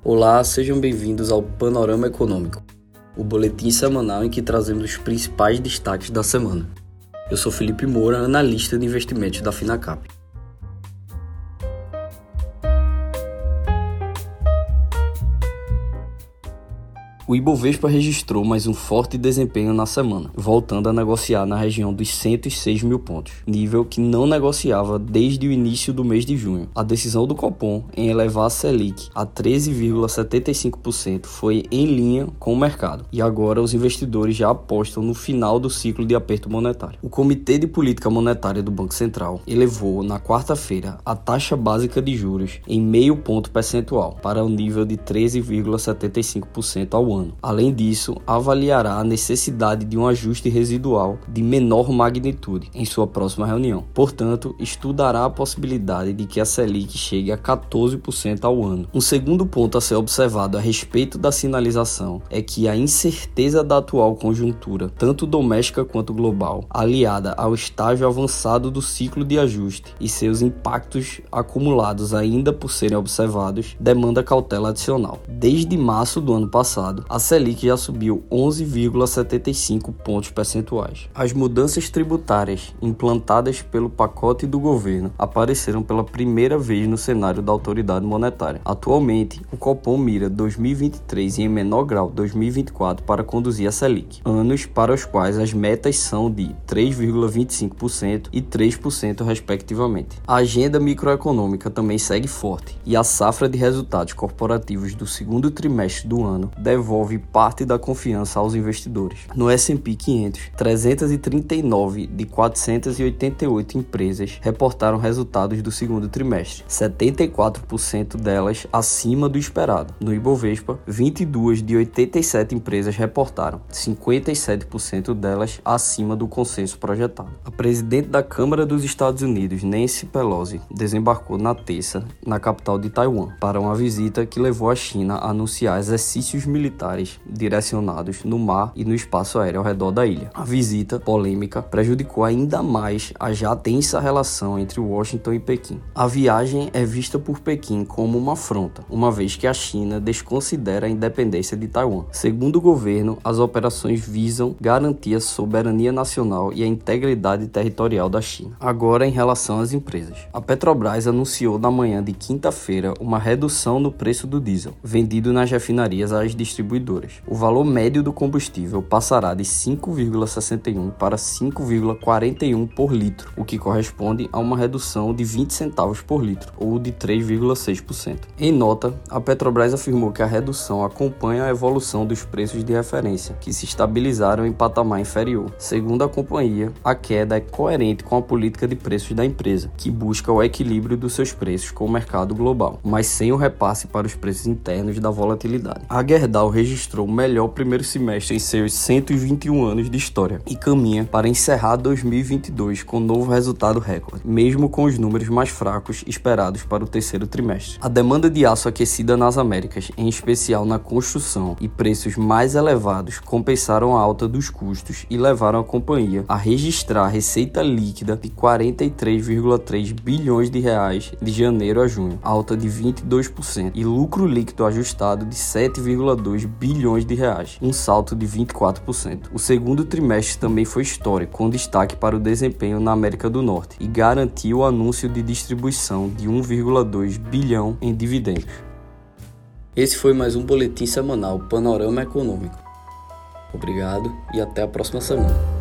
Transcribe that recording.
Olá, sejam bem-vindos ao Panorama Econômico, o boletim semanal em que trazemos os principais destaques da semana. Eu sou Felipe Moura, analista de investimentos da Finacap. O Ibovespa registrou mais um forte desempenho na semana, voltando a negociar na região dos 106 mil pontos, nível que não negociava desde o início do mês de junho. A decisão do Copom em elevar a Selic a 13,75% foi em linha com o mercado, e agora os investidores já apostam no final do ciclo de aperto monetário. O Comitê de Política Monetária do Banco Central elevou na quarta-feira a taxa básica de juros em meio ponto percentual para o nível de 13,75% ao ano. Além disso, avaliará a necessidade de um ajuste residual de menor magnitude em sua próxima reunião. Portanto, estudará a possibilidade de que a Selic chegue a 14% ao ano. Um segundo ponto a ser observado a respeito da sinalização é que a incerteza da atual conjuntura, tanto doméstica quanto global, aliada ao estágio avançado do ciclo de ajuste e seus impactos acumulados ainda por serem observados, demanda cautela adicional. Desde março do ano passado, a Selic já subiu 11,75 pontos percentuais. As mudanças tributárias implantadas pelo pacote do governo apareceram pela primeira vez no cenário da autoridade monetária. Atualmente, o Copom mira 2023 e, em menor grau, 2024 para conduzir a Selic, anos para os quais as metas são de 3,25% e 3% respectivamente. A agenda microeconômica também segue forte e a safra de resultados corporativos do segundo trimestre do ano devolve parte da confiança aos investidores. No S&P 500, 339 de 488 empresas reportaram resultados do segundo trimestre, 74% delas acima do esperado. No Ibovespa, 22 de 87 empresas reportaram, 57% delas acima do consenso projetado. A presidente da Câmara dos Estados Unidos, Nancy Pelosi, desembarcou na terça na capital de Taiwan para uma visita que levou a China a anunciar exercícios militares direcionados no mar e no espaço aéreo ao redor da ilha. A visita, polêmica, prejudicou ainda mais a já tensa relação entre Washington e Pequim. A viagem é vista por Pequim como uma afronta, uma vez que a China desconsidera a independência de Taiwan. Segundo o governo, as operações visam garantir a soberania nacional e a integridade territorial da China. Agora, em relação às empresas. A Petrobras anunciou na manhã de quinta-feira uma redução no preço do diesel, vendido nas refinarias às distribuidoras. O valor médio do combustível passará de 5,61 para 5,41 por litro, o que corresponde a uma redução de 20 centavos por litro, ou de 3,6%. Em nota, a Petrobras afirmou que a redução acompanha a evolução dos preços de referência, que se estabilizaram em patamar inferior. Segundo a companhia, a queda é coerente com a política de preços da empresa, que busca o equilíbrio dos seus preços com o mercado global, mas sem o repasse para os preços internos da volatilidade. A Gerdau registrou o melhor primeiro semestre em seus 121 anos de história e caminha para encerrar 2022 com novo resultado recorde, mesmo com os números mais fracos esperados para o terceiro trimestre. A demanda de aço aquecida nas Américas, em especial na construção, e preços mais elevados compensaram a alta dos custos e levaram a companhia a registrar receita líquida de 43,3 bilhões de reais de janeiro a junho, alta de 22%, e lucro líquido ajustado de 7,2 bilhões de reais, um salto de 24%. O segundo trimestre também foi histórico, com destaque para o desempenho na América do Norte, e garantiu o anúncio de distribuição de 1,2 bilhão em dividendos. Esse foi mais um boletim semanal Panorama Econômico. Obrigado e até a próxima semana.